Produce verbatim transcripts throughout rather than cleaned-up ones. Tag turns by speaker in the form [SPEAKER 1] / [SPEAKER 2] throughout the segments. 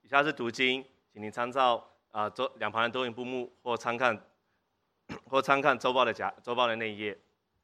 [SPEAKER 1] 以下是读经，请您参照啊周两旁的多荧布幕或参看或参看周报的夹周报的那一页。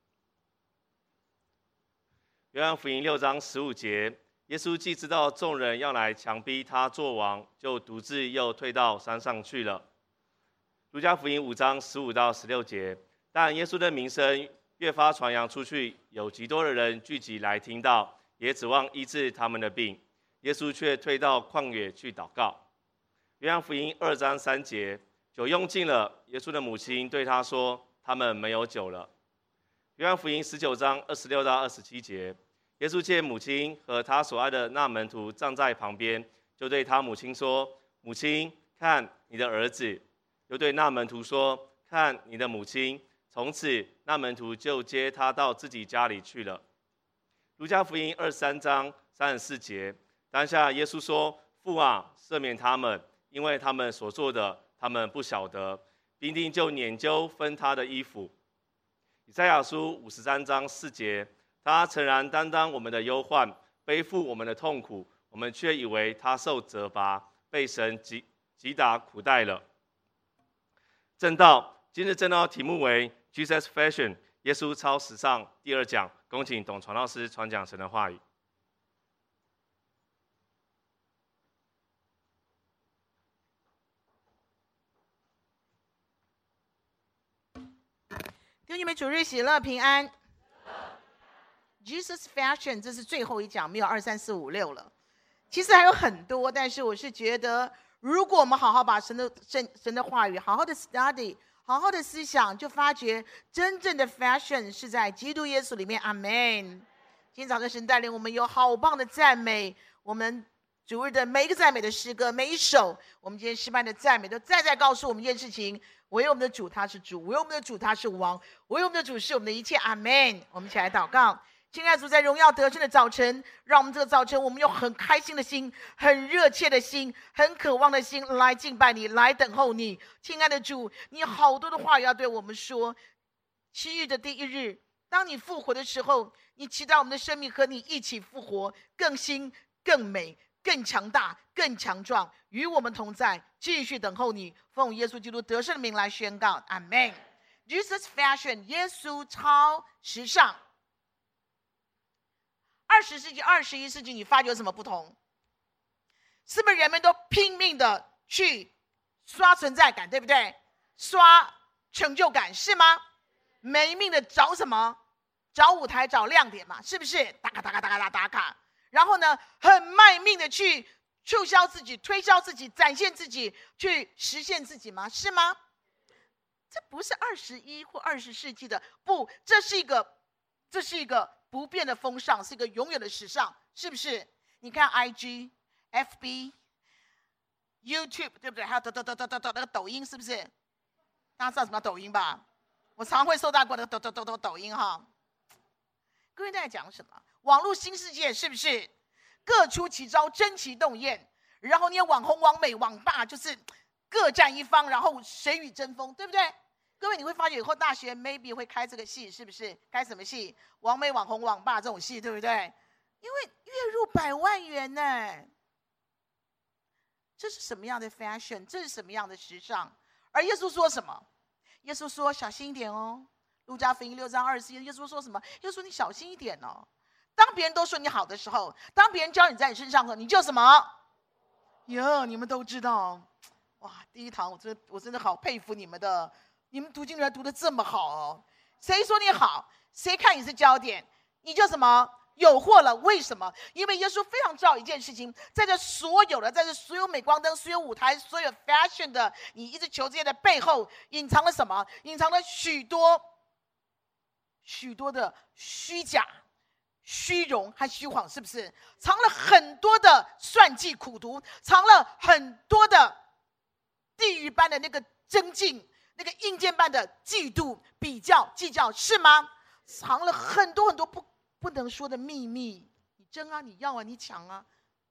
[SPEAKER 1] 约翰福音六章十五节，耶稣既知道众人要来强逼他做王，就独自又退到山上去了。路加福音五章十五到十六节，但耶稣的名声越发传扬出去，有极多的人聚集来听到，也指望医治他们的病。耶稣却退到旷野去祷告。约翰福音二章三节，酒用尽了，耶稣的母亲对他说：“他们没有酒了。”约翰福音十九章二十六到二十七节，耶稣见母亲和他所爱的那门徒站在旁边，就对他母亲说：“母亲，看你的儿子。”又对那门徒说：“看你的母亲。”从此，那门徒就接他到自己家里去了。路加福音二十三章三十四节，当下耶稣说：“父啊，赦免他们，因为他们所做的，他们不晓得。”兵丁就拈阄分他的衣服。以赛亚书五十三章四节，他诚然担当我们的忧患，背负我们的痛苦，我们却以为他受责罚，被神击击打苦待了。正道，今日正道题目为 Jesus Fashion， 耶稣超时尚第二讲，恭请董传道师传讲神的话语。
[SPEAKER 2] 弟兄姐妹，主日喜乐平安。Jesus Fashion， 这是最后一讲，没有二三四五六了。其实还有很多，但是我是觉得，如果我们好好把神的神神的话语好好的 study， 好好的思想，就发觉真正的 fashion 是在基督耶稣里面。阿们。今天早上神带领我们有好棒的赞美，我们主日的每一个赞美的诗歌，每一首我们今天诗班的赞美，都再再告诉我们一件事情：唯有我们的主他是主，唯有我们的主他是王，唯有我们的主是我们的一切。阿们。我们一起来祷告。亲爱的主，在荣耀得胜的早晨，让我们这个早晨，我们用很开心的心、很热切的心、很渴望的心来敬拜你，来等候你。亲爱的主，你好多的话语要对我们说。七日的第一日，当你复活的时候，你期待我们的生命和你一起复活，更新、更美、更强大、更强壮，与我们同在，继续等候你。奉耶稣基督得胜的名来宣告，阿们。Jesus Fashion， 耶稣超时尚。二十世纪、二十一世纪，你发觉有什么不同？是不是人们都拼命的去刷存在感，对不对？刷成就感，是吗？没命的找什么？找舞台，找亮点嘛，是不是？打卡打卡打卡打卡，然后呢，很卖命的去促销自己、推销自己、展现自己，去实现自己吗？是吗？这不是二十一或二十世纪的，不，这是一个，这是一个不变的风尚，是一个永远的时尚，是不是？你看 I G、F B、YouTube， 对不对？还有抖抖抖抖抖抖那个抖音，是不是？大家知道什么抖音吧？我常会收到过那个抖抖抖抖抖音哈。各位在讲什么？网络新世界是不是？各出奇招，争奇斗艳，然后你有网红、网美、网霸，就是各占一方，然后谁与争锋，对不对？各位，你会发觉以后大学 maybe 会开这个戏，是不是？开什么戏？网美、网红、网霸这种戏，对不对？因为月入百万元呢，这是什么样的 fashion？ 这是什么样的时尚？而耶稣说什么？耶稣说：“小心一点哦。”路加福音六章二十四节，耶稣说什么？耶稣说：“你小心一点哦。当别人都说你好的时候，当别人教你在你身上的时候，你就什么？哟，你们都知道，哇！第一堂我真的我真的好佩服你们的。”你们读经原来读得这么好哦，谁说你好，谁看你是焦点，你就什么有祸了？为什么？因为耶稣非常知道一件事情，在这所有的，在这所有镁光灯、所有舞台、所有 fashion 的，你一直求这些的背后，隐藏了什么？隐藏了许多许多的虚假、虚荣和虚谎，是不是？藏了很多的算计、苦毒，藏了很多的地狱般的那个争竞。那个阴间般的嫉妒、比较、计较，是吗？藏了很多很多不不能说的秘密，你争啊，你要啊，你抢啊，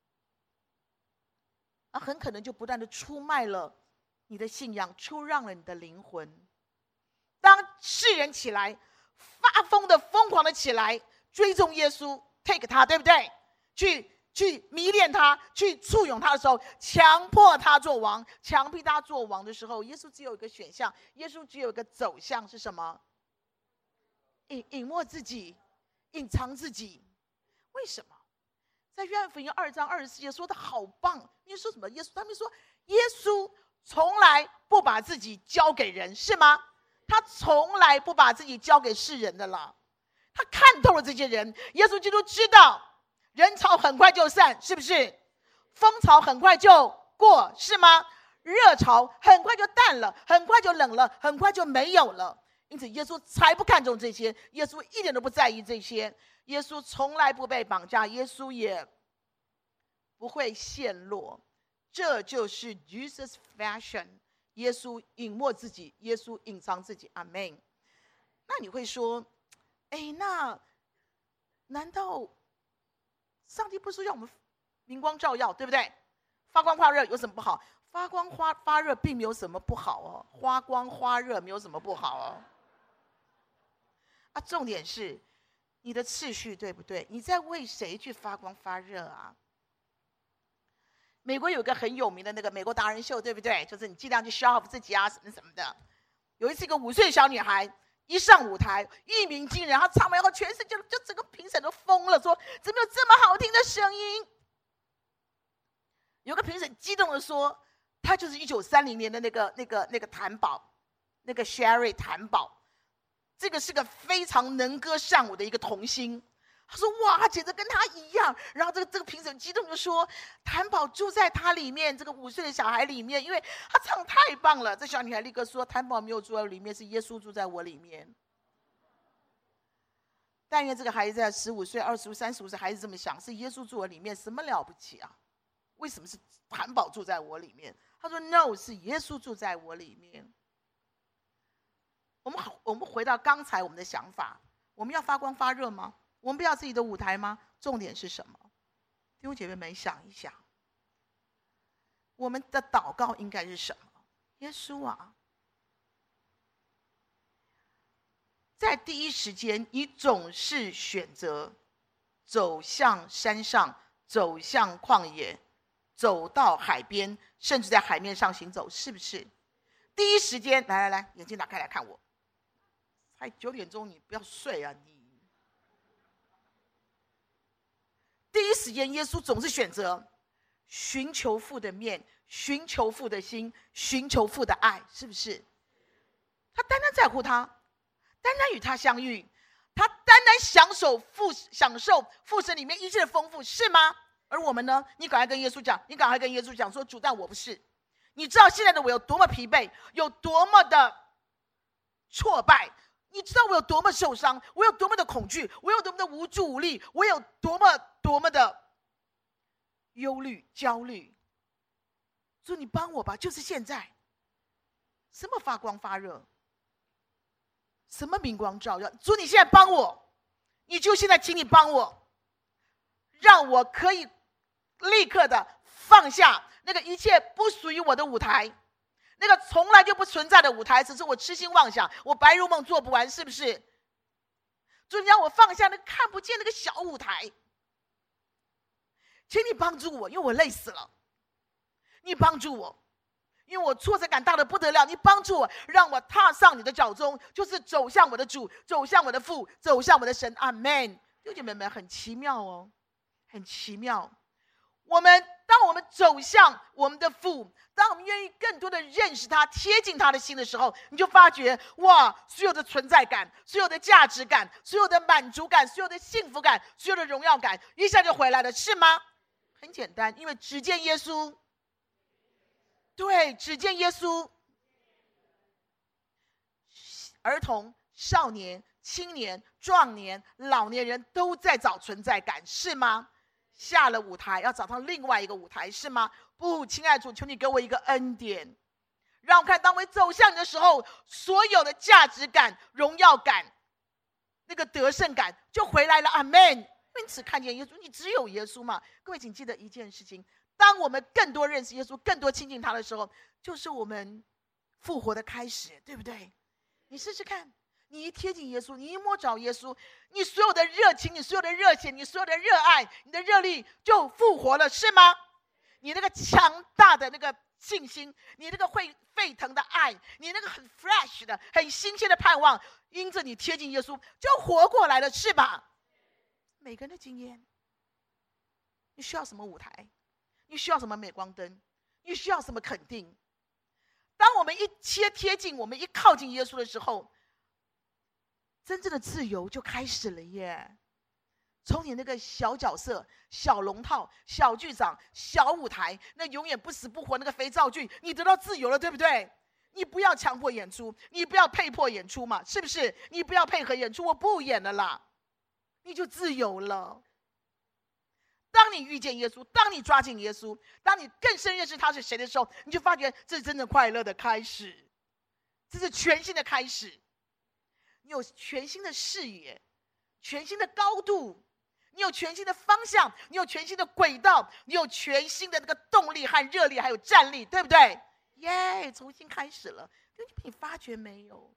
[SPEAKER 2] 啊，很可能就不断的出卖了你的信仰，出让了你的灵魂。当世人起来，发疯的、疯狂的起来，追踪耶稣 ，take 他，对不对？去去迷恋他，去簇拥他的时候，强迫他做王，强逼他做王的时候，耶稣只有一个选项，耶稣只有一个走向是什么？隐隐没自己，隐藏自己。为什么？在约翰福音二章二十四节说的好棒。你说什么？耶稣他们说，耶稣从来不把自己交给人，是吗？他从来不把自己交给世人的了。他看透了这些人，耶稣基督知道人潮很快就散，是不是？风潮很快就过，是吗？热潮很快就淡了，很快就冷了，很快就没有了。因此耶稣才不看重这些，耶稣一点都不在意这些，耶稣从来不被绑架，耶稣也不会陷落。这就是 Jesus fashion， 耶稣隐没自己，耶稣隐藏自己。阿们。那你会说，哎，那难道上帝不是让我们明光照耀，对不对？发光发热有什么不好？发光发发热并没有什么不好哦，发光发热没有什么不好哦。啊，重点是你的次序对不对？你在为谁去发光发热啊？美国有个很有名的那个美国达人秀，对不对？就是你尽量去 show off 自己啊，什么什么的。有一次，一个五岁的小女孩一上舞台，一鸣惊人，她唱完以后，全世界就整个评审都疯了，说怎么有这么好听的声音？有个评审激动的说，她就是一九三零年的那个那个那个谭宝，那个 Sherry 谭宝。这个是个非常能歌善舞的一个童星，他说哇，他简直跟他一样。然后这个这个评审激动就说，谭宝住在他里面，这个五岁的小孩里面，因为他唱太棒了。这小女孩立刻说，谭宝没有住在里面，是耶稣住在我里面。但愿这个孩子在十五岁、二十岁、三十五岁，还是这么想，是耶稣住我里面，什么了不起啊？为什么是谭宝住在我里面？他说 no， 是耶稣住在我里面。我们我们回到刚才我们的想法，我们要发光发热吗？我们不要自己的舞台吗？重点是什么？弟兄姐妹们想一想，我们的祷告应该是什么？耶稣啊，在第一时间，你总是选择走向山上，走向旷野，走到海边，甚至在海面上行走，是不是？第一时间，来来来，眼睛打开来看我。才九点钟，你不要睡啊！你第一时间，耶稣总是选择寻求父的面，寻求父的心，寻求父的爱，是不是？他单单在乎他，单单与他相遇，他单单享受父享受父神里面一切的丰富，是吗？而我们呢？你赶快跟耶稣讲，你赶快跟耶稣讲说：主，但我不是。你知道现在的我有多么疲惫，有多么的挫败。你知道我有多么受伤，我有多么的恐惧，我有多么的无助无力，我有多么多么的忧虑焦虑。主，你帮我吧，就是现在。什么发光发热，什么明光照耀，主你现在帮我，你就现在请你帮我，让我可以立刻的放下那个一切不属于我的舞台，那个从来就不存在的舞台，只是我痴心妄想，我白日梦做不完，是不是？主，你让我放下那个看不见那个小舞台，请你帮助我，因为我累死了。你帮助我，因为我挫折感大得不得了。你帮助我，让我踏上你的脚踪，就是走向我的主，走向我的父，走向我的神。阿们。弟兄姐妹们，很奇妙哦，很奇妙。我们当我们走向我们的父，当我们愿意更多的认识他，贴近他的心的时候，你就发觉哇，所有的存在感，所有的价值感，所有的满足感，所有的幸福感，所有的荣耀感，一下就回来了，是吗？很简单，因为只见耶稣。对，只见耶稣。儿童、少年、青年、壮年、老年人都在找存在感，是吗？下了舞台要找到另外一个舞台，是吗？不，亲爱的主，求你给我一个恩典，让我看当我走向你的时候，所有的价值感、荣耀感、那个得胜感就回来了。阿们。因此看见耶稣，你只有耶稣嘛。各位请记得一件事情，当我们更多认识耶稣，更多亲近他的时候，就是我们复活的开始，对不对？你试试看， 你一贴近耶稣，你一摸着耶稣，你所有的热情，你所有的热血，你所有的热爱，你的热力就复活了，是吗？你那个强大的那个信心，你那个会沸腾的爱，你那个很 fresh 的很新鲜的盼望，因着你贴近耶稣就活过来了，是吧？每个人的经验，你需要什么舞台？你需要什么镁光灯？你需要什么肯定？当我们一切贴近，我们一靠近耶稣的时候，真正的自由就开始了耶！从你那个小角色、小龙套、小剧场、小舞台，那永远不死不活那个肥皂剧，你得到自由了，对不对？你不要强迫演出，你不要被迫演出嘛，是不是？你不要配合演出，我不演了啦，你就自由了。当你遇见耶稣，当你抓紧耶稣，当你更深认识他是谁的时候，你就发觉这是真正快乐的开始，这是全新的开始。你有全新的视野，全新的高度，你有全新的方向，你有全新的轨道，你有全新的那个动力和热力，还有战力，对不对？耶，重新开始了。你发觉没有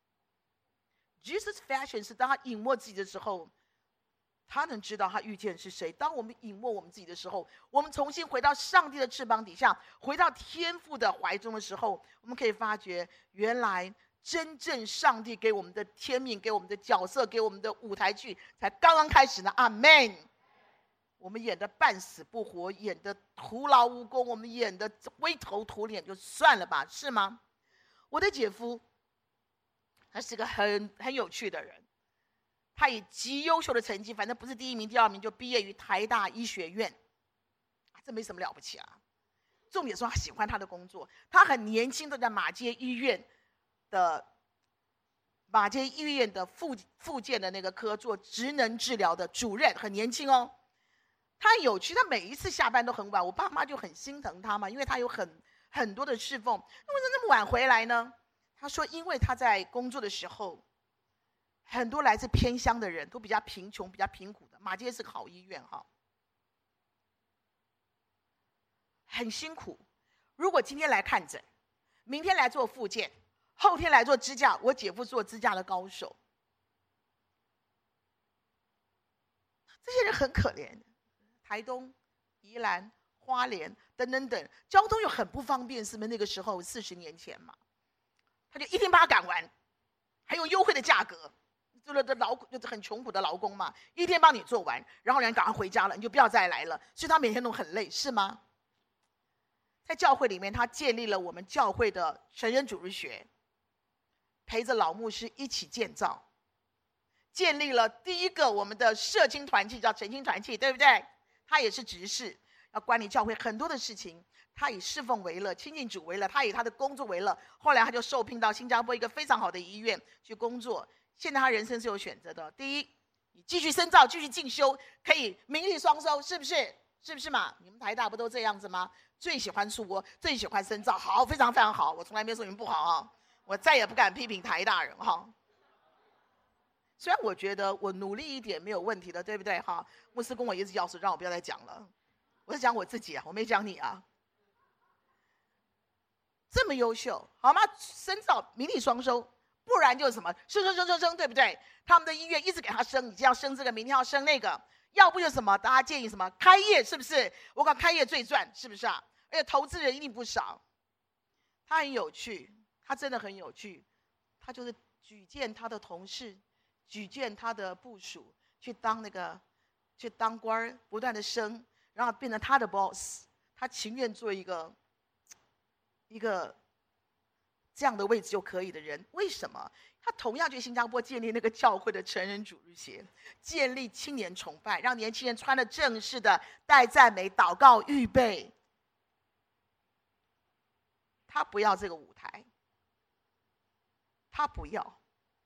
[SPEAKER 2] ？Jesus Fashion 是当他隐没自己的时候，他能知道他遇见是谁。当我们隐没我们自己的时候，我们重新回到上帝的翅膀底下，回到天父的怀中的时候，我们可以发觉，原来真正上帝给我们的天命，给我们的角色，给我们的舞台剧才刚刚开始呢。阿们。我们演的半死不活，演的徒劳无功，我们演的灰头土脸就算了吧，是吗？我的姐夫他是个很很有趣的人，他以极优秀的成绩，反正不是第一名第二名，就毕业于台大医学院，这没什么了不起啊。重点说他喜欢他的工作，他很年轻就在马街医院的马街医院的复复健的那个科做职能治疗的主任，很年轻哦。他很有趣，他每一次下班都很晚，我爸妈就很心疼他嘛，因为他有很很多的侍奉。为什么那么晚回来呢？他说，因为他在工作的时候，很多来自偏乡的人都比较贫穷、比较贫苦的。马街是个好医院哈，很辛苦。如果今天来看诊，明天来做复健，后天来做支架，我姐夫做支架的高手。这些人很可怜，台东、宜兰、花莲等等等，交通又很不方便，是不是？那个时候四十年前嘛，他就一天把他赶完，还有优惠的价格，做了的劳就是很穷苦的劳工嘛，一天帮你做完，然后人赶快回家了，你就不要再来了。所以他每天都很累，是吗？在教会里面，他建立了我们教会的成人主日学，陪着老牧师一起建造。建立了第一个我们的社青团契，叫晨青团契，对不对？他也是执事，要管理教会很多的事情。他以侍奉为乐，亲近主为乐，他以他的工作为乐。后来他就受聘到新加坡一个非常好的医院去工作。现在他人生是有选择的：第一，你继续深造，继续进修，可以名利双收，是不是？是不是嘛？你们台大不都这样子吗？最喜欢出国，最喜欢深造，好，非常非常好。我从来没说你们不好啊，我再也不敢批评台大人哈。虽然我觉得我努力一点没有问题的，对不对？哈，牧师跟我一直要求让我不要再讲了，我是讲我自己啊，我没讲你啊。这么优秀，好吗？深造名利双收，不然就是什么升升升升升，对不对？他们的医院一直给他升，你今天要升这个，明天要升那个，要不就什么，大家建议什么开业，是不是？我讲开业最赚，是不是啊？而且投资人一定不少。他很有趣，他真的很有趣，他就是举荐他的同事。举荐他的部属去当那个，去当官，不断的升，然后变成他的 boss， 他情愿做一个一个这样的位置就可以的人。为什么？他同样去新加坡建立那个教会的成人主日学，建立青年崇拜，让年轻人穿了正式的带赞美、祷告预备。他不要这个舞台，他不要。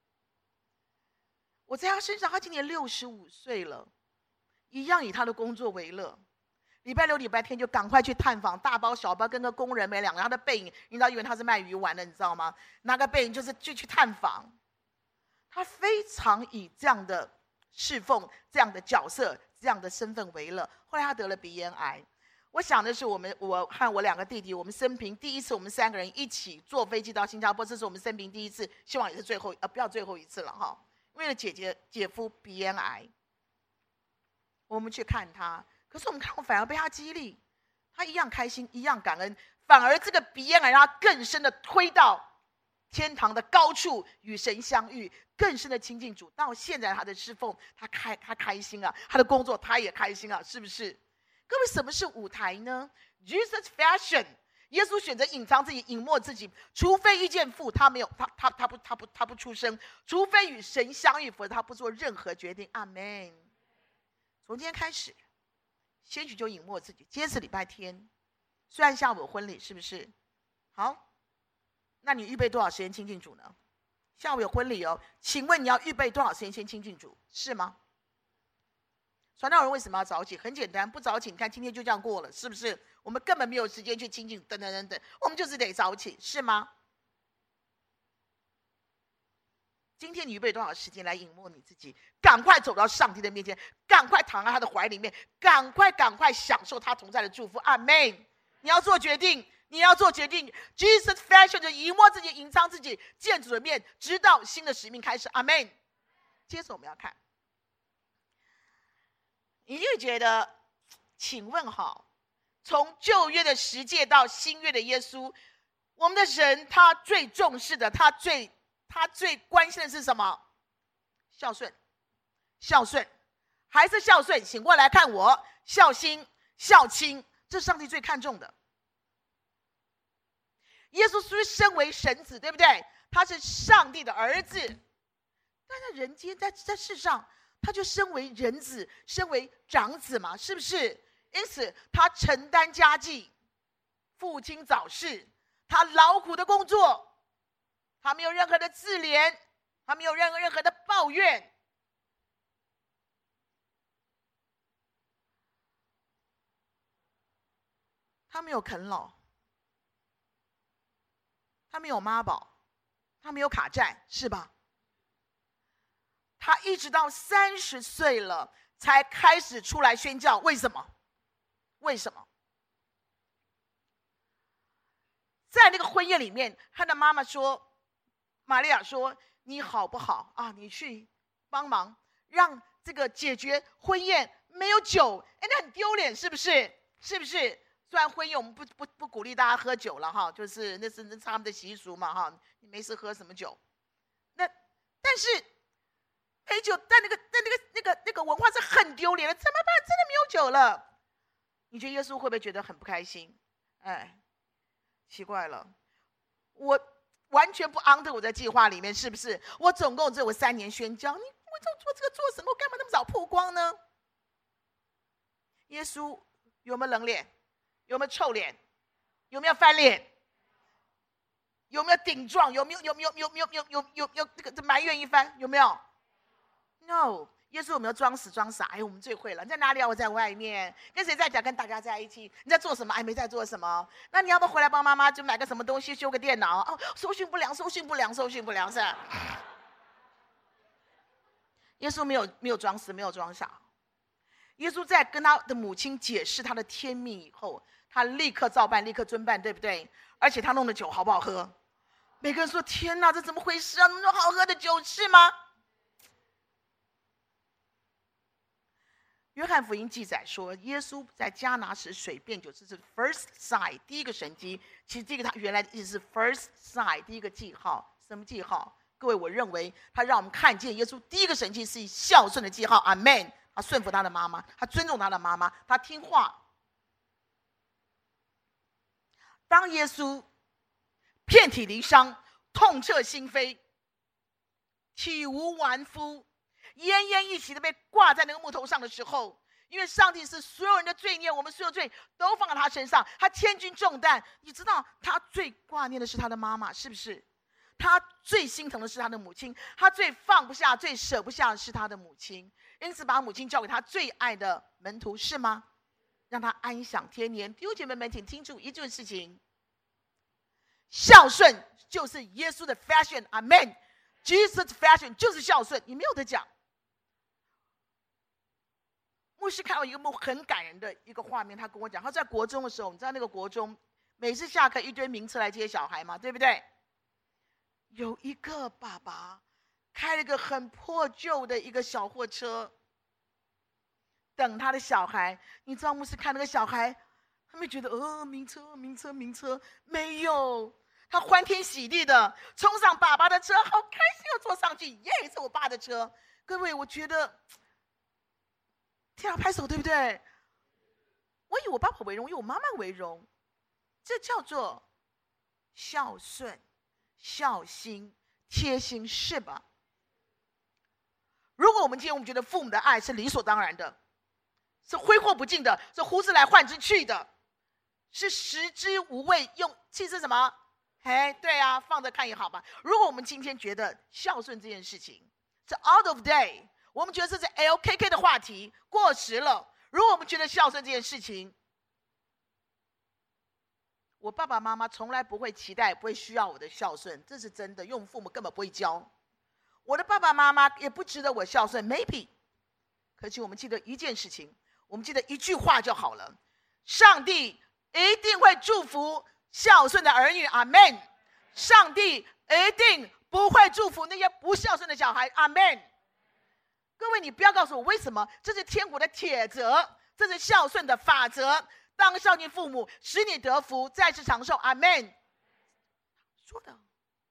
[SPEAKER 2] 我在他身上，他今年六十五岁了，一样以他的工作为乐。礼拜六、礼拜天就赶快去探访，大包小包跟个工人没两个。他的背影，你知道，以为他是卖鱼丸的，你知道吗？拿个背影就是就去探访。他非常以这样的侍奉、这样的角色、这样的身份为乐。后来他得了鼻咽癌， 我想的是，我们我和我两个弟弟，我们生平第一次，我们三个人一起坐飞机到新加坡，这是我们生平第一次，希望也是最后，呃，不要最后一次了哈。为了姐姐姐夫鼻咽癌，我们去看他，可是我们看我反而被他激励，他一样开心，一样感恩，反而这个鼻咽癌让他更深的推到天堂的高处，与神相遇，更深的亲近主。到现在他的侍奉，他开他开心啊，他的工作他也开心啊，是不是？各位，什么是舞台呢 ？Jesus fashion， 耶稣选择隐藏自己，隐没自己，除非遇见父，他没有，他他他不他不他不出声，除非与神相遇，否则他不做任何决定。阿门。从今天开始，先许就隐没自己。今天是礼拜天，虽然下午有婚礼，是不是？好，那你预备多少时间亲近主呢？下午有婚礼哦，请问你要预备多少时间先亲近主，是吗？传道人为什么要早起？很简单，不早起，你看今天就这样过了，是不是？我们根本没有时间去亲近，等等等等，我们就是得早起，是吗？今天你预备多少时间来隐没你自己？赶快走到上帝的面前，赶快躺在他的怀里面，赶快赶快享受他同在的祝福。阿们！你要做决定，你要做决定。Jesus fashion 就隐没自己，隐藏自己，见主的面，直到新的使命开始。阿们！接着我们要看。你就觉得，请问哈，从旧约的十诫到新约的耶稣，我们的神他最重视的，他最他最关心的是什么？孝顺，孝顺，还是孝顺？醒过来看我，孝心、孝亲，这是上帝最看重的。耶稣虽身为神子，对不对？他是上帝的儿子，但在人间，在在世上。他就身为人子，身为长子嘛，是不是？因此他承担家计，父亲早逝，他劳苦的工作，他没有任何的自怜，他没有任何任何的抱怨。他没有啃老，他没有妈宝，他没有卡债，是吧？他一直到三十岁了才开始出来宣教，为什么？为什么？在那个婚宴里面，他的妈妈说，玛利亚说：“你好不好啊？你去帮忙，让这个解决婚宴没有酒，哎，那很丢脸，是不是？是不是？虽然婚宴我们不不不鼓励大家喝酒了哈，就是那是那是他们的习俗嘛哈，你没事喝什么酒？那但是。”陪酒，但那个、但那个、那个、那个文化是很丢脸的，怎么办？真的没有酒了。你觉得耶稣会不会觉得很不开心？哎，奇怪了，我完全不 under 我在计划里面，是不是？我总共只有三年宣教，你我做做这个做什么？我干嘛那么早曝光呢？耶稣有没有冷脸？有没有臭脸？有没有翻脸？有没有顶撞？有没有有没有有没有有有有有这个埋怨一番？有没有？ No， 耶稣有没有装死装傻？哎，我们最会了。你在哪里啊？我在外面。跟谁在讲？跟大家在一起。你在做什么？哎，没在做什么。那你要不要回来帮妈妈？就买个什么东西，修个电脑？哦，收讯不良，收讯不良，收讯不良是吧？耶稣没有没有装死，没有装傻。耶稣在跟他的母亲解释他的天命以后，他立刻照办，立刻遵办，对不对？而且他弄的酒好不好喝？每个人说：“天哪，这怎么回事啊？那么好喝的酒是吗？”约翰福音记载说，耶稣在迦拿使水变酒，这是 first sign 第一个神迹。其实这个他原来的意思是 first sign 第一个记号，什么记号？各位，我认为他让我们看见耶稣第一个神迹是孝顺的记号。阿们。他顺服他的妈妈，他尊重他的妈妈，他听话。当耶稣遍体鳞伤、痛彻心扉、体无完肤、奄奄一息的被挂在那个木头上的时候，因为上帝是所有人的罪孽，我们所有罪都放在他身上，他千钧重担。你知道他最挂念的是他的妈妈，是不是？他最心疼的是他的母亲，他最放不下、最舍不下的是他的母亲，因此把母亲交给他最爱的门徒，是吗？让他安享天年。弟兄姐妹们，请听住一件事情：孝顺就是耶稣的 fashion， 阿们。Jesus fashion 就是孝顺，你没有得讲。 牧师看到一个幕很感人的一个画面，他跟我讲，他在国中的时候，你知道那个国中每次下课一堆名车来接小孩嘛，对不对？有一个爸爸开了个很破旧的一个小货车，等他的小孩。你知道牧师看那个小孩，他们觉得呃名车名车名车，没有，他欢天喜地的冲上爸爸的车，好开心的坐上去，耶，是我爸的车。各位，我觉得天啊，拍手，对不对？我以我爸爸为荣，以我妈妈为荣，这叫做孝顺、孝心、贴心，是吧？如果我们今天我们觉得父母的爱是理所当然的，是挥霍不尽的，是呼之来唤之去的，是食之无味，用气是什么？哎，对啊，放着看也好吧。如果我们今天觉得孝顺这件事情是 out of day， 我们觉得这是 L K K 的话题，过时了。如果我们觉得孝顺这件事情，我爸爸妈妈从来不会期待，不会需要我的孝顺，这是真的，因为我们父母根本不会教。我的爸爸妈妈也不值得我孝顺 ，maybe。可是我们记得一件事情，我们记得一句话就好了：上帝一定会祝福孝顺的儿女，阿们。上帝一定不会祝福那些不孝顺的小孩，阿们。各位，你不要告诉我为什么，这是天国的铁则，这是孝顺的法则。当孝敬父母，使你得福，在世长寿，阿们。说的，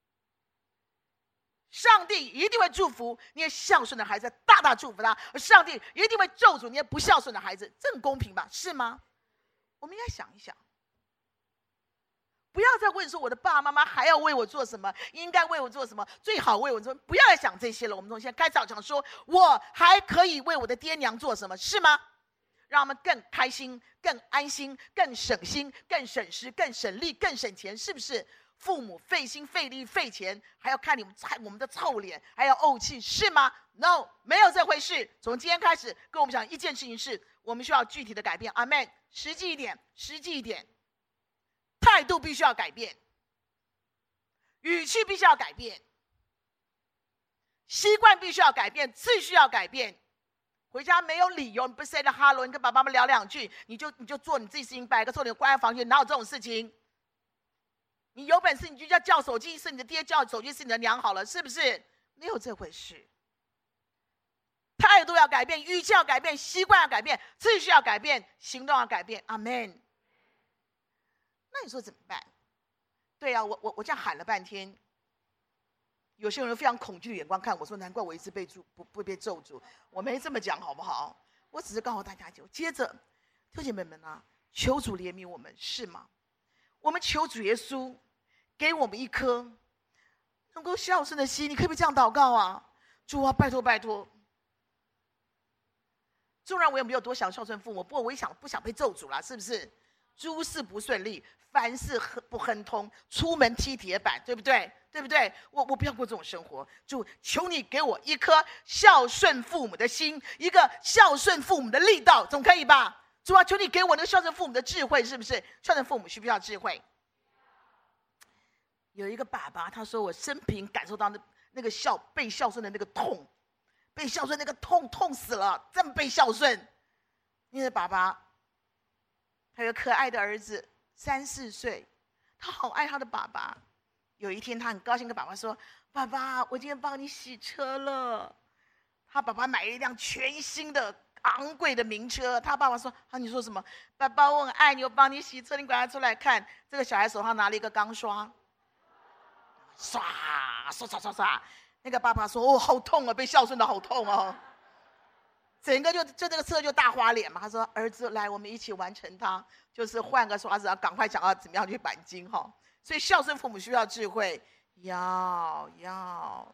[SPEAKER 2] 上帝一定会祝福那些孝顺的孩子，大大祝福他；而上帝一定会咒诅那些不孝顺的孩子，这很公平吧？是吗？我们应该想一想，不要再问说我的爸爸妈妈还要为我做什么，应该为我做什么，最好为我做什么，不要再想这些了。我们从现在开始想说，我还可以为我的爹娘做什么，是吗？让他们更开心、更安心、更省心、更省时、更省力、更省钱，是不是？父母费心费力费钱，还要看你们我们的臭脸，还要怄气，是吗？ No， 没有这回事。从今天开始，跟我们讲一件事情是，我们需要具体的改变。阿们，实际一点，实际一点，态度必须要改变，语气必须要改变，习惯必须要改变，次序要改变。回家没有理由，你不 say 的 hello， 你跟爸爸妈妈聊两句，你就你就做你自己事情，摆个臭脸关在房间，哪有这种事情？你有本事你就叫叫手机是你的爹，叫手机是你的娘好了，是不是？没有这回事。态度要改变，语气要改变，习惯要改变，次序要改变，行动要改变。阿们。那你说怎么办？对啊，我我我这样喊了半天，有些人非常恐惧的眼光看我说，难怪我一直被咒不不被咒诅。我没这么讲好不好？我只是告诉大家，就接着，弟兄姐妹们啊，求主怜悯我们，是吗？我们求主耶稣给我们一颗能够孝顺的心，你可不可以这样祷告啊？主啊，拜托拜托。纵然我也没有多想孝顺父母，不过我也想不想被咒诅啦，是不是？诸事不顺利，凡事不亨通，出门踢铁板，对不对？对不对？我我不要过这种生活。主，求你给我一颗孝顺父母的心，一个孝顺父母的力道，总可以吧？主啊，求你给我那个孝顺父母的智慧，是不是？孝顺父母需不需要智慧？有一个爸爸，他说我生平感受到那那个孝被孝顺的那个痛，被孝顺那个痛痛死了，这么被孝顺。因为爸爸，他有个可爱的儿子，三四岁，他好爱他的爸爸。有一天，他很高兴跟爸爸说：“爸爸，我今天帮你洗车了。”他爸爸买了一辆全新的昂贵的名车。他爸爸说：“啊，你说什么？爸爸，我很爱你，我帮你洗车，你赶快出来看。”这个小孩手上拿了一个钢刷，刷刷刷刷刷。那个爸爸说：“哦，好痛啊，被孝顺的好痛哦。”整个就就这个车就大花脸嘛。他说：“儿子，来，我们一起完成它，就是换个刷子，要赶快想要怎么样去钣金哈。”所以孝顺父母需要智慧，要要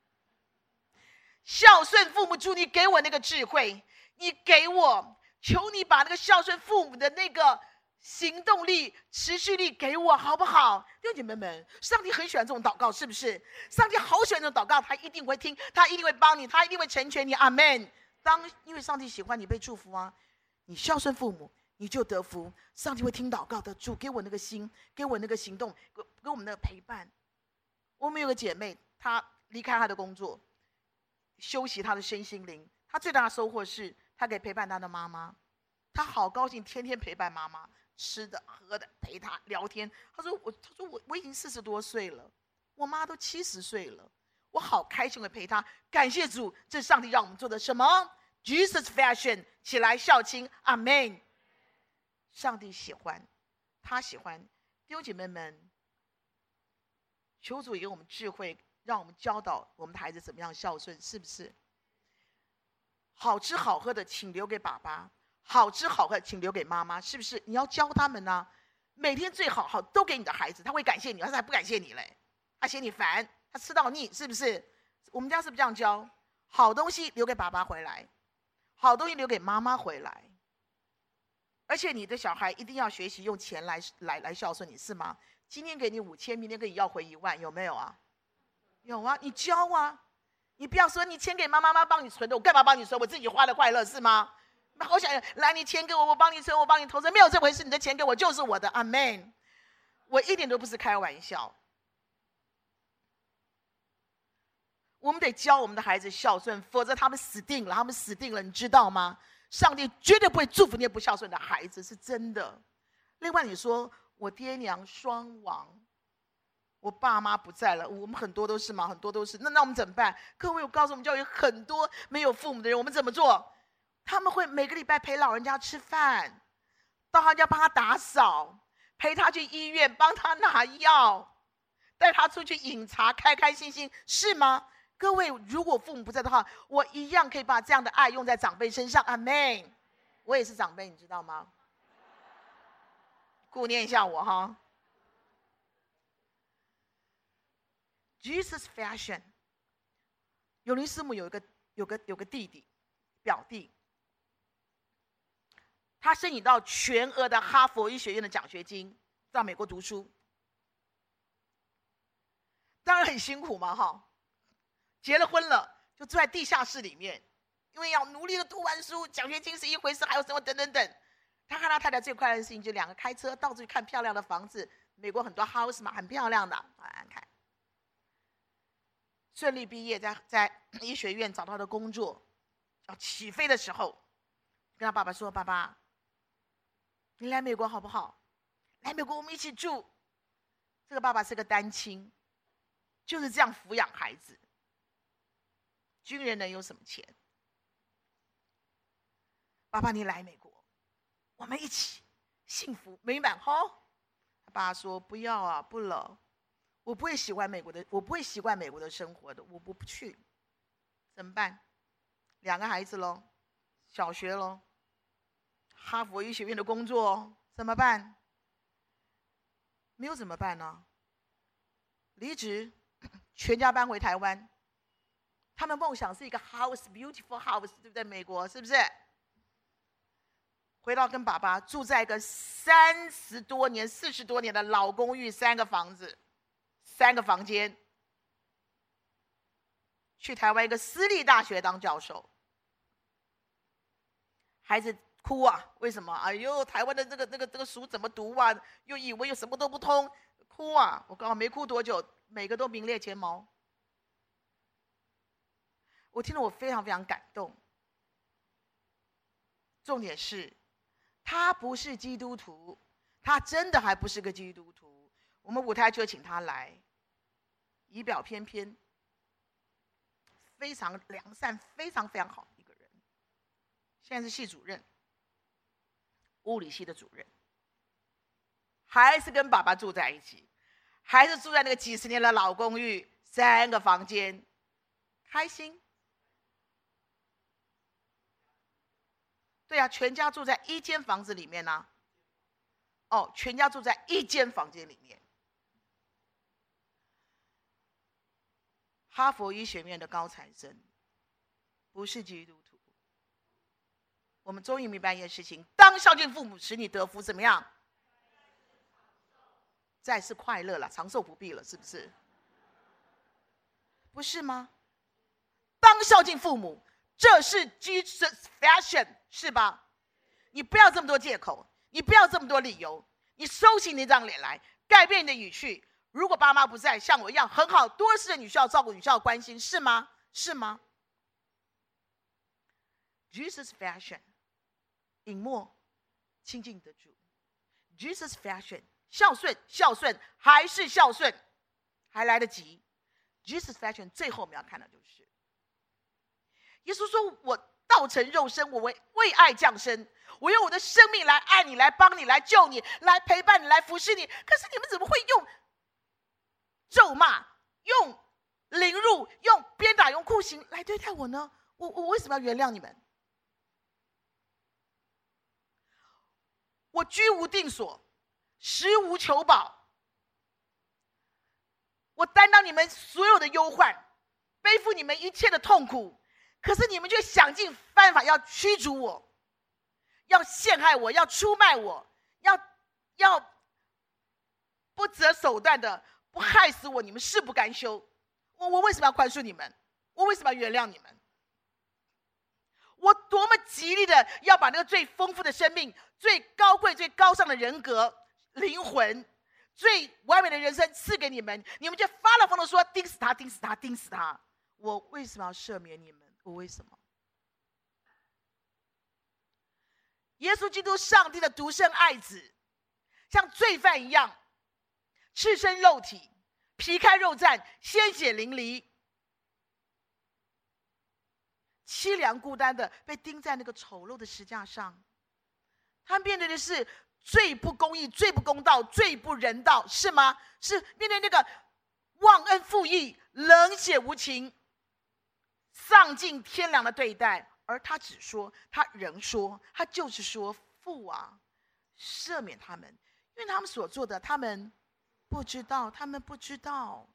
[SPEAKER 2] 孝顺父母。主，你给我那个智慧，你给我，求你把那个孝顺父母的那个行动力、持续力给我，好不好？弟兄姐妹们，上帝很喜欢这种祷告，是不是？上帝好喜欢这种祷告，他一定会听，他一定会帮你，他一定会成全你。阿们。当因为上帝喜欢你被祝福啊，你孝顺父母，你就得福，上帝会听祷告的。主，给我那个心，给我那个行动，给给我们那个陪伴。我们有个姐妹，她离开她的工作，休息她的身心灵。她最大的收获是他可以陪伴他的妈妈，他好高兴，天天陪伴妈妈，吃的喝的，陪他聊天。他说我，他说我我已经四十多岁了，我妈都七十岁了，我好开心的陪他。感谢主，这是上帝让我们做的什么 ？Jesus fashion， 起来孝亲，阿门。上帝喜欢，他喜欢。弟兄姐妹们，求主给我们智慧，让我们教导我们的孩子怎么样孝顺，是不是？好吃好喝的，请留给爸爸；好吃好喝，请留给妈妈，是不是？你要教他们呢、啊，每天最好好都给你的孩子，他会感谢你，他才不感谢你嘞，他嫌你烦，他吃到腻，是不是？我们家是不是这样教？好东西留给爸爸回来，好东西留给妈妈回来。而且你的小孩一定要学习用钱来来来孝顺你，是吗？今天给你五千，明天可以要回一万，有没有啊？有啊，你教啊，你不要说你钱给妈妈，妈帮你存的，我干嘛帮你存？我自己花的快乐是吗？好想来，你钱给我，我帮你存，我帮你投资，没有这回事。你的钱给我就是我的，阿们。我一点都不是开玩笑。我们得教我们的孩子孝顺，否则他们死定了，他们死定了，你知道吗？上帝绝对不会祝福那些不孝顺的孩子，是真的。另外，你说我爹娘双亡，我爸妈不在了，我们很多都是嘛，很多都是。那那我们怎么办？各位，我告诉我们，教育很多没有父母的人，我们怎么做？他们会每个礼拜陪老人家吃饭，到他家帮他打扫，陪他去医院，帮他拿药，带他出去饮茶，开开心心，是吗？各位，如果父母不在的话，我一样可以把这样的爱用在长辈身上。阿们。我也是长辈，你知道吗？顾念一下我哈。Jesus fashion。有林师母有一个有个有个弟弟，表弟，他申请到全额的哈佛医学院的奖学金，到美国读书。当然很辛苦嘛，哈。结了婚了，就住在地下室里面，因为要努力的读完书，奖学金是一回事，还有什么等等等。他和他太太最快乐的事情，就两个开车到处去看漂亮的房子，美国很多 house 嘛，很漂亮的，啊，看。顺利毕业，在在医学院找到的工作，要起飞的时候，跟他爸爸说：“爸爸，你来美国好不好？来美国我们一起住。”这个爸爸是个单亲，就是这样抚养孩子。军人能有什么钱？爸爸，你来美国，我们一起幸福美满哈。他爸说：“不要啊，不了，我不会喜欢美国的，我不会习惯美国的生活的，我不不去。”怎么办？两个孩子喽，小学喽，哈佛医学院的工作怎么办？没有怎么办呢？离职，全家搬回台湾。他们梦想是一个 house beautiful house， 对不对？美国是不是？回到跟爸爸住在一个三十多年、四十多年的老公寓，三个房子，三个房间。去台湾一个私立大学当教授，孩子哭啊！为什么？哎呦，台湾的这个这个这个书怎么读啊？又以为有什么都不通，哭啊！我刚好没哭多久，每个都名列前茅。我听了，我非常非常感动。重点是，他不是基督徒，他真的还不是个基督徒。我们舞台就请他来，仪表翩翩，非常良善，非常非常好的一个人。现在是系主任，物理系的主任，还是跟爸爸住在一起，还是住在那个几十年的老公寓，三个房间，开心。对啊，全家住在一间房子里面呢、啊。哦，全家住在一间房间里面。哈佛医学院的高材生，不是基督徒。我们终于明白一件事情：当孝敬父母，使你得福，怎么样？再是快乐了，长寿不必了，是不是？不是吗？当孝敬父母。这是 Jesus fashion， 是吧？你不要这么多借口，你不要这么多理由，你收起你那张脸来，改变你的语气。如果爸妈不在，像我一样很好，多事你需要照顾，你需要关心，是吗？是吗？ Jesus fashion， 隐没亲近的主。Jesus fashion， 孝顺孝顺还是孝顺，还来得及。Jesus fashion 最后我们要看的就是，耶稣说：“我道成肉身，我为为爱降生，我用我的生命来爱你，来帮你，来救你，来陪伴你，来服侍你。可是你们怎么会用咒骂、用凌辱、用鞭打、用酷刑来对待我呢？我我为什么要原谅你们？我居无定所，食无求饱。我担当你们所有的忧患，背负你们一切的痛苦，可是你们却想尽办法要驱逐我，要陷害我，要出卖我，要要不择手段的不害死我，你们誓不甘休。我我为什么要宽恕你们？我为什么要原谅你们？我多么极力的要把那个最丰富的生命、最高贵、最高尚的人格、灵魂、最完美的人生赐给你们，你们却发了疯的说钉死他，钉死他，钉死他。我为什么要赦免你们？我为什么？耶稣基督，上帝的独生爱子，像罪犯一样，赤身肉体，皮开肉绽，鲜血淋漓，凄凉孤单的被钉在那个丑陋的石架上。他面对的是最不公义、最不公道、最不人道，是吗？是面对那个忘恩负义、冷血无情、丧尽天良的对待。而他只说，他仍说，他就是说，父啊，赦免他们，因为他们所做的，他们不知道，他们不知道。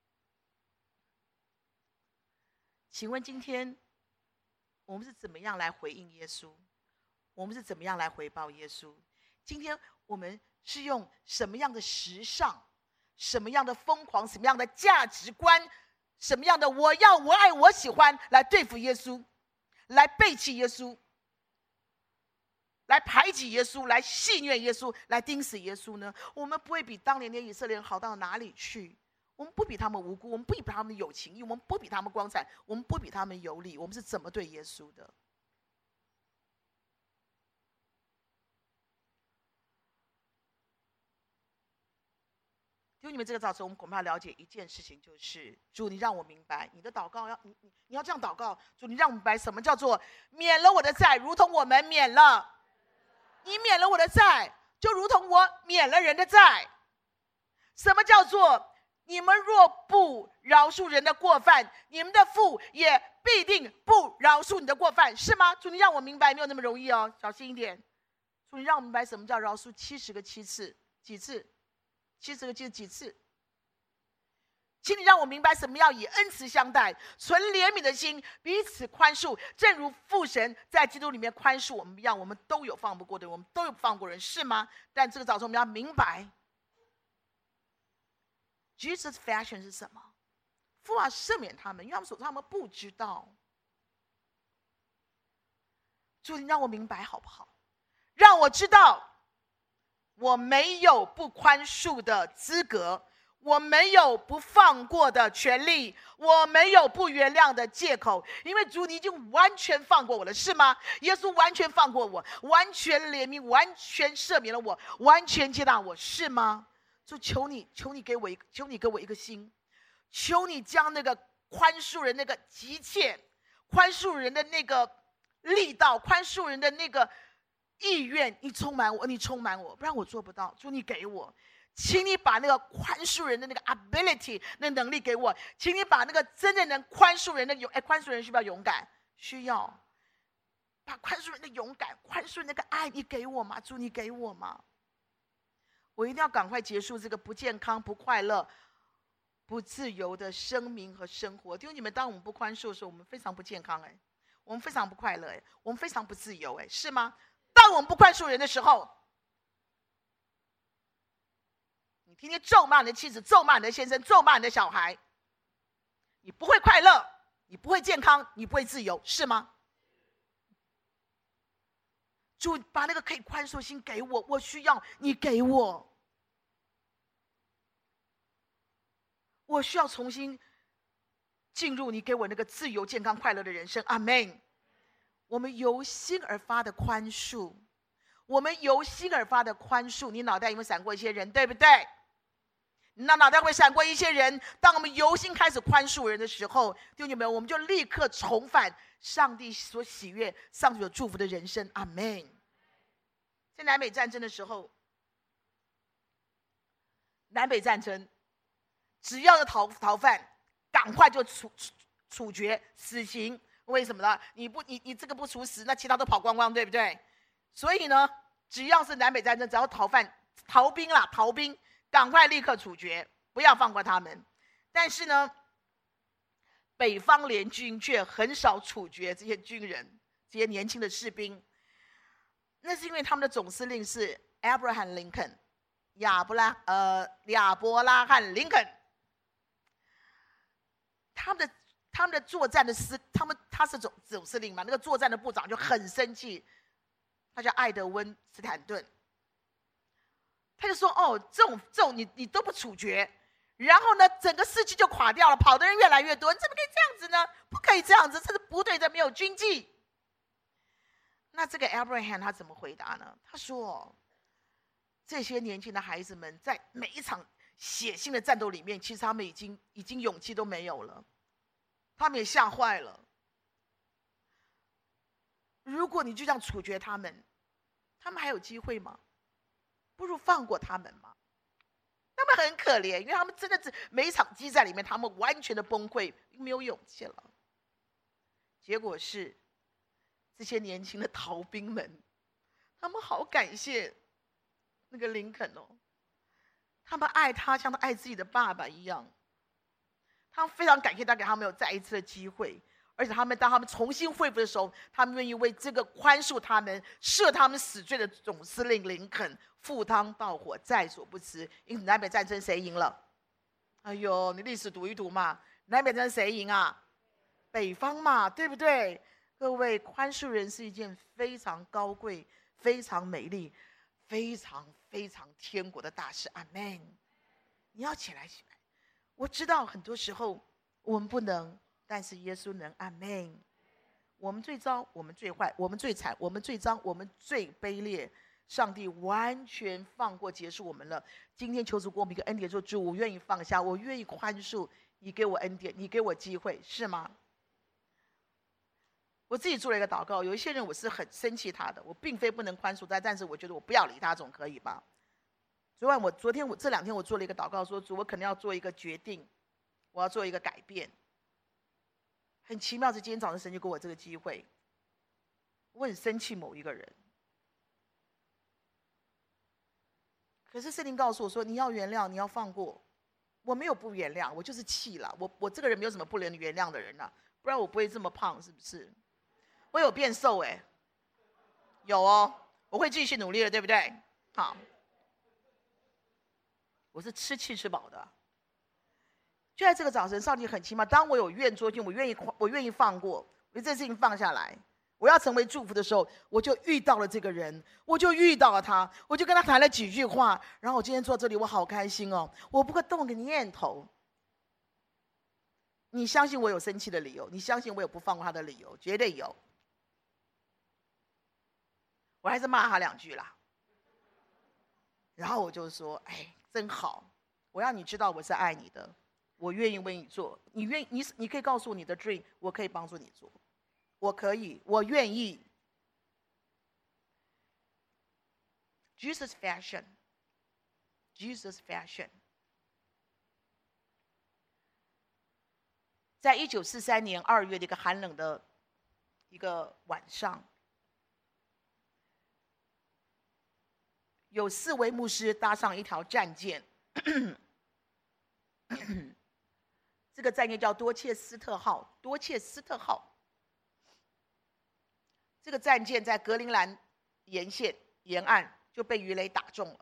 [SPEAKER 2] 请问今天我们是怎么样来回应耶稣？我们是怎么样来回报耶稣？今天我们是用什么样的时尚、什么样的疯狂、什么样的价值观、什么样的我要、我爱、我喜欢来对付耶稣，来背弃耶稣，来排挤耶稣，来戏谑耶稣，来钉死耶稣呢？我们不会比当年的以色列人好到哪里去。我们不比他们无辜，我们不比他们有情义，我们不比他们光彩，我们不比他们有理。我们是怎么对耶稣的？弟兄，你们这个早晨，我们恐怕要了解一件事情，就是主，你让我明白，你的祷告要你你你要这样祷告，主，你让我明白什么叫做免了我的债，如同我们免了你免了我的债，就如同我免了人的债。什么叫做你们若不饶恕人的过犯，你们的父也必定不饶恕你的过犯，是吗？主，你让我明白，没有那么容易哦，小心一点。主，你让我明白什么叫饶恕七十个七次，几次？七十个七次几次？请你让我明白什么要以恩慈相待，存怜悯的心，彼此宽恕，正如父神在基督里面宽恕我们一样。我们都有放不过的人，我们都有放过人，是吗？但这个早晨我们要明白Jesus fashion 是什么？父啊，赦免他们，因为他们所做他们不知道。主，你让我明白好不好？让我知道我没有不宽恕的资格，我没有不放过的权利，我没有不原谅的借口，因为主，你已经完全放过我了，是吗？耶稣完全放过我，完全怜悯，完全赦免了我，完全接纳我，是吗？主，求你，求你给我一个，求你给我一个心，求你将那个宽恕人那个急切，宽恕人的那个力道，宽恕人的那个意愿，你充满我，你充满我，不然我做不到。主，你给我，请你把那个宽恕人的那个 ability 那能力给我，请你把那个真正能宽恕人的勇，哎，宽恕人需不需要勇敢？需要。把宽恕人的勇敢、宽恕人那个爱，你给我吗？主，你给我吗？我一定要赶快结束这个不健康、不快乐、不自由的生命和生活。因为你们当我们不宽恕的时候，我们非常不健康，哎，我们非常不快乐，哎，我们非常不自由，哎，是吗？当我们不宽恕人的时候，你天天咒骂你的妻子，咒骂你的先生，咒骂你的小孩，你不会快乐，你不会健康，你不会自由，是吗？主，把那个可以宽恕心给我，我需要你给我，我需要重新进入你给我那个自由、健康、快乐的人生。阿们。 我们由心而发的宽恕，我们由心而发的宽恕，你脑袋有没有闪过一些人，对不对？那脑袋会闪过一些人，当我们由心开始宽恕人的时候，弟兄姐妹，我们就立刻重返上帝所喜悦、上帝所祝福的人生。阿们。在南北战争的时候，南北战争，只要是逃逃犯，赶快就处处处决死刑。为什么呢？你不你你这个不处死，那其他都跑光光，对不对？所以呢，只要是南北战争，只要逃犯、逃兵啦，逃兵。赶快立刻处决，不要放过他们。但是呢，北方联军却很少处决这些军人，这些年轻的士兵。那是因为他们的总司令是 Abraham Lincoln， 亚伯拉呃亚伯拉罕林肯。他们的他们的作战的司，他们他是总总司令嘛，那个作战的部长就很生气，他叫艾德温斯坦顿。他就说：“哦，这种这种你你都不处决，然后呢，整个士气就垮掉了，跑的人越来越多，你怎么可以这样子呢？不可以这样子，这是不对的，没有军纪。”那这个 Abraham 他怎么回答呢？他说：“这些年轻的孩子们在每一场血腥的战斗里面，其实他们已经已经勇气都没有了，他们也吓坏了。如果你就这样处决他们，他们还有机会吗？不如放过他们嘛。他们很可怜，因为他们真的是每一场激战里面，他们完全的崩溃，没有勇气了。结果是这些年轻的逃兵们，他们好感谢那个林肯哦，他们爱他像他爱自己的爸爸一样，他们非常感谢他给他们有再一次的机会。而且他们当他们重新恢复的时候，他们愿意为这个宽恕他们、赦他们死罪的总司令林肯赴汤蹈火，在所不辞。因此，南北战争谁赢了？哎呦，你历史读一读嘛，南北战争谁赢啊？北方嘛，对不对？各位，宽恕人是一件非常高贵、非常美丽、非常非常天国的大事。阿们！你要起来，起来！我知道很多时候我们不能。但是耶稣能，阿们。我们最糟，我们最坏，我们最惨，我们最脏，我们最卑劣。上帝完全放过，结束我们了。今天求主给我们一个恩典，说主，我愿意放下，我愿意宽恕，你给我恩典，你给我机会，是吗？我自己做了一个祷告，有一些人我是很生气他的，我并非不能宽恕他，但是我觉得我不要理他，总可以吧？昨晚我昨天我这两天我做了一个祷告，说主，我可能要做一个决定，我要做一个改变。很奇妙，是今天早上神就给我这个机会。我很生气某一个人，可是圣灵告诉我说：“你要原谅，你要放过。”我没有不原谅，我就是气了。我我这个人没有什么不能原谅的人啊，不然我不会这么胖，是不是？我有变瘦哎、欸，有哦，我会继续努力了，对不对？好，我是吃气吃饱的。就在这个早晨，上帝很奇妙。当我有愿做尽，我愿意，我愿意放过，我这事情放下来，我要成为祝福的时候，我就遇到了这个人，我就遇到了他，我就跟他谈了几句话。然后我今天坐这里，我好开心哦！我不会动个念头。你相信我有生气的理由？你相信我有不放过他的理由？绝对有。我还是骂他两句啦。然后我就说：“哎，真好！我让你知道我是爱你的。”我愿意为你做，你愿你你可以告诉我你的 dream， 我可以帮助你做，我可以，我愿意。Jesus fashion， Jesus fashion。在一九四三年二月的一个寒冷的一个晚上，有四位牧师搭上一条战舰。这个战舰叫多切斯特号，多切斯特号。这个战舰在格陵兰沿线沿岸就被鱼雷打中了。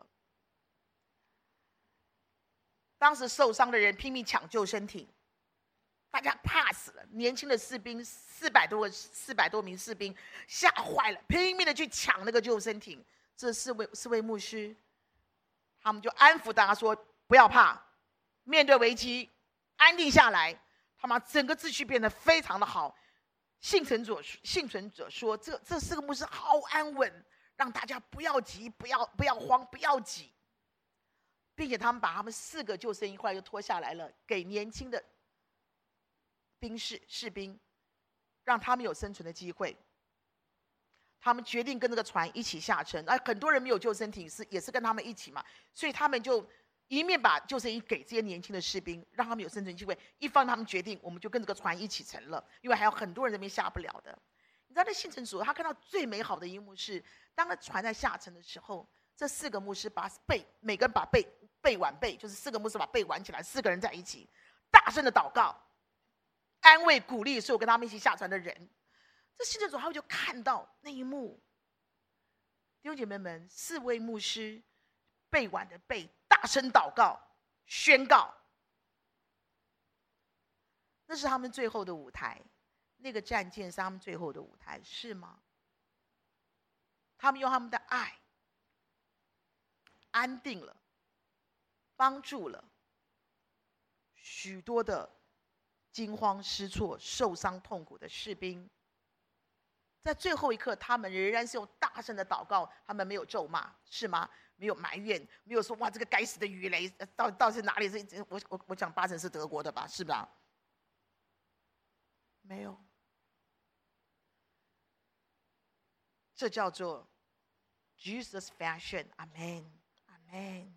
[SPEAKER 2] 当时受伤的人拼命抢救生艇，大家怕死了。年轻的士兵四百多个四百多名士兵吓坏了，拼命的去抢那个救生艇。这四位四位牧师，他们就安抚大家说：“不要怕，面对危机。”安定下来，他们整个秩序变得非常的好。 幸存者幸存者说，这这四个牧师好安稳，让大家不要急，不要不要慌，不要急，并且他们把他们四个救生衣后来就脱下来了，给年轻的兵士士兵，让他们有生存的机会。他们决定跟这个船一起下沉，而很多人没有救生艇，是也是跟他们一起嘛，所以他们就一面把救生衣给这些年轻的士兵，让他们有生存机会；一方他们决定，我们就跟这个船一起沉了，因为还有很多人这边下不了的。你知道那幸存者他看到最美好的一幕是，当那船在下沉的时候，这四个牧师把背每个人把背背挽背，就是四个牧师把背挽起来，四个人在一起大声的祷告，安慰鼓励所有跟他们一起下船的人。这幸存者他们就看到那一幕，弟兄姐妹们，四位牧师背挽的背，大声祷告，宣告，那是他们最后的舞台，那个战舰是他们最后的舞台，是吗？他们用他们的爱安定了，帮助了许多的惊慌失措、受伤痛苦的士兵。在最后一刻，他们仍然是用大声的祷告，他们没有咒骂，是吗？没有埋怨，没有说哇，这个该死的鱼雷到到底是哪里？是我我我讲八成是德国的吧，是吧？没有，这叫做 Jesus fashion。阿门，阿门。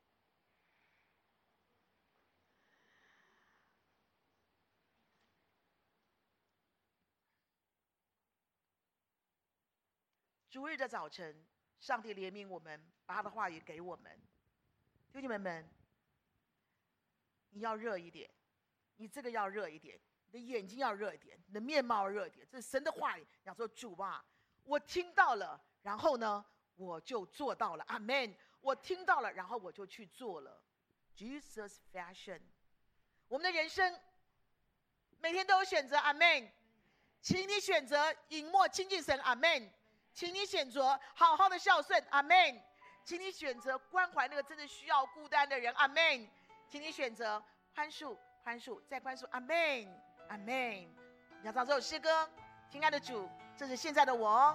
[SPEAKER 2] 主日的早晨，上帝怜悯我们，把他的话语给我们。弟兄们们，你要热一点，你这个要热一点，你的眼睛要热一点，你的面貌要热一点。这是神的话语，讲说主啊，我听到了，然后呢，我就做到了。阿们。我听到了，然后我就去做了。Jesus fashion， 我们的人生每天都有选择。阿们。请你选择隐默亲近神。阿们。请你选择好好的孝顺。阿们。请你选择关怀那个真的需要孤单的人。阿们。请你选择宽恕，宽恕再宽恕。阿们，阿们。你要唱这首诗歌，亲爱的主，这是现在的我。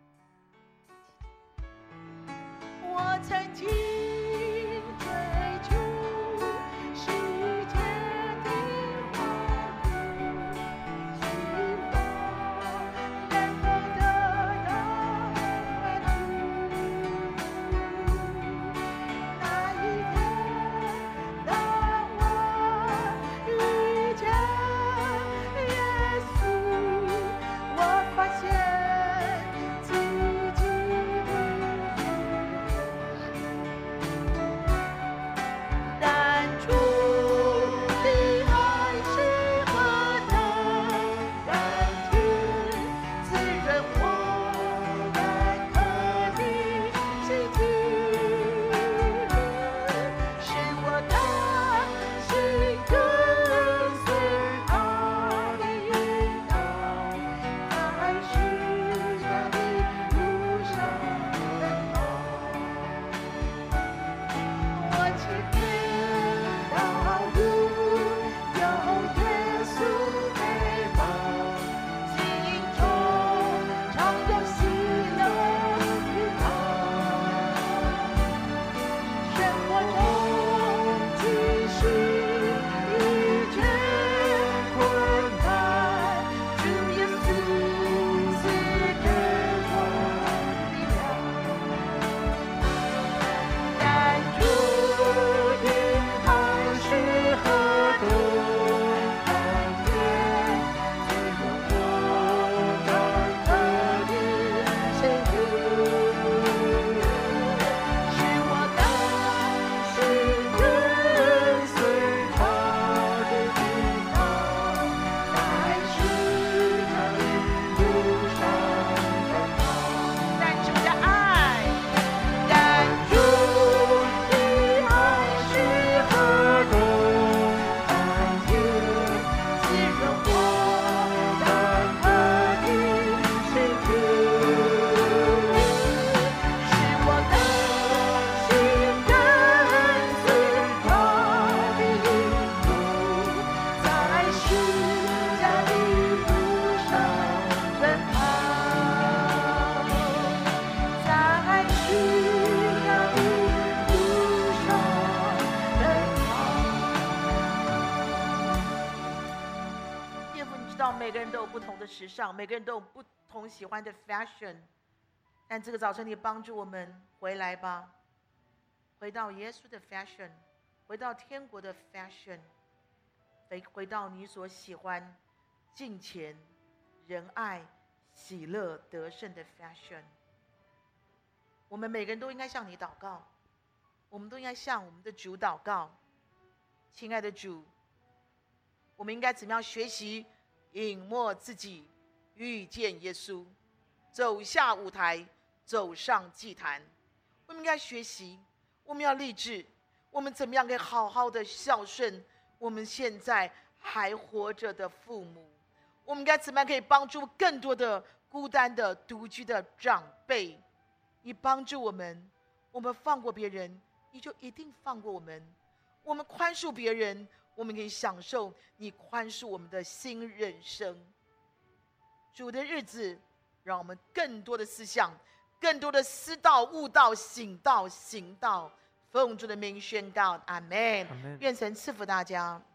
[SPEAKER 2] 我曾经追逐世界的好处，希望能够得到满足。那一天，当我遇见耶稣，我发现自己的每个人都有不同的时尚，每个人都有不同喜欢的 fashion。但这个早晨，你帮助我们回来吧，回到耶稣的 fashion， 回到天国的 fashion， 回回到你所喜欢、敬虔、仁爱、喜乐、得胜的 fashion。我们每个人都应该向你祷告，我们都应该向我们的主祷告。亲爱的主，我们应该怎么样学习隐没自己，遇见耶稣，走下舞台，走上祭坛？我们应该学习，我们要立志，我们怎么样可以好好的孝顺我们现在还活着的父母？我们应该怎么样可以帮助更多的孤单的独居的长辈？你帮助我们，我们放过别人，你就一定放过我们。我们宽恕别人，我们可以享受你宽恕我们的新人生。主的日子，让我们更多的思想，更多的思道、悟道、醒道、行道。奉主的名宣告，阿们。愿神赐福大家。